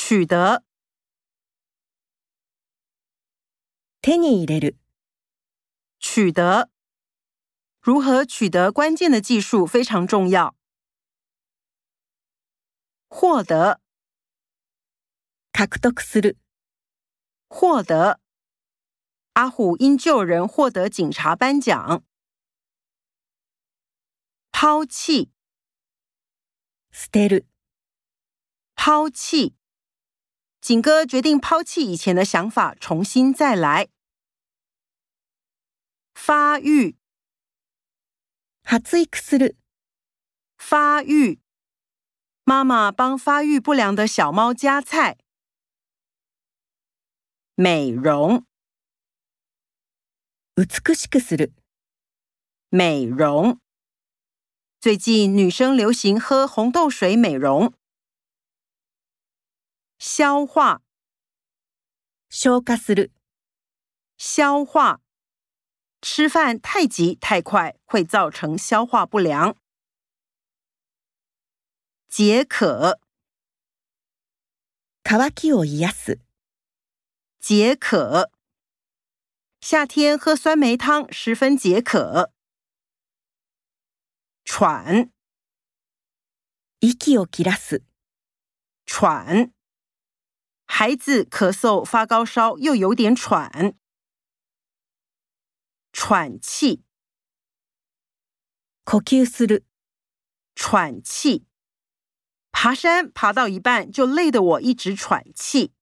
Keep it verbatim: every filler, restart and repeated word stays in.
取得。 手に入れる。 取得。如何取得关键的技术非常重要。获得。 獲得する。 获得。阿虎因救人获得警察颁奖。抛弃。 捨てる。 抛弃。景哥决定抛弃以前的想法，重新再来。发育。 発育する。 发育。妈妈帮发育不良的小猫夹菜。美容。 美しくする。 美容。最近女生流行喝红豆水美容。消化。 消化する。 消化。吃饭太急太快会造成消化不良。解渴。 渇きを癒す。 解渴。夏天喝酸梅汤十分解渴。喘。 息を切らす。 喘。孩子咳嗽发高烧又有点喘。喘气。 呼吸する。 喘气。爬山爬到一半就累得我一直喘气。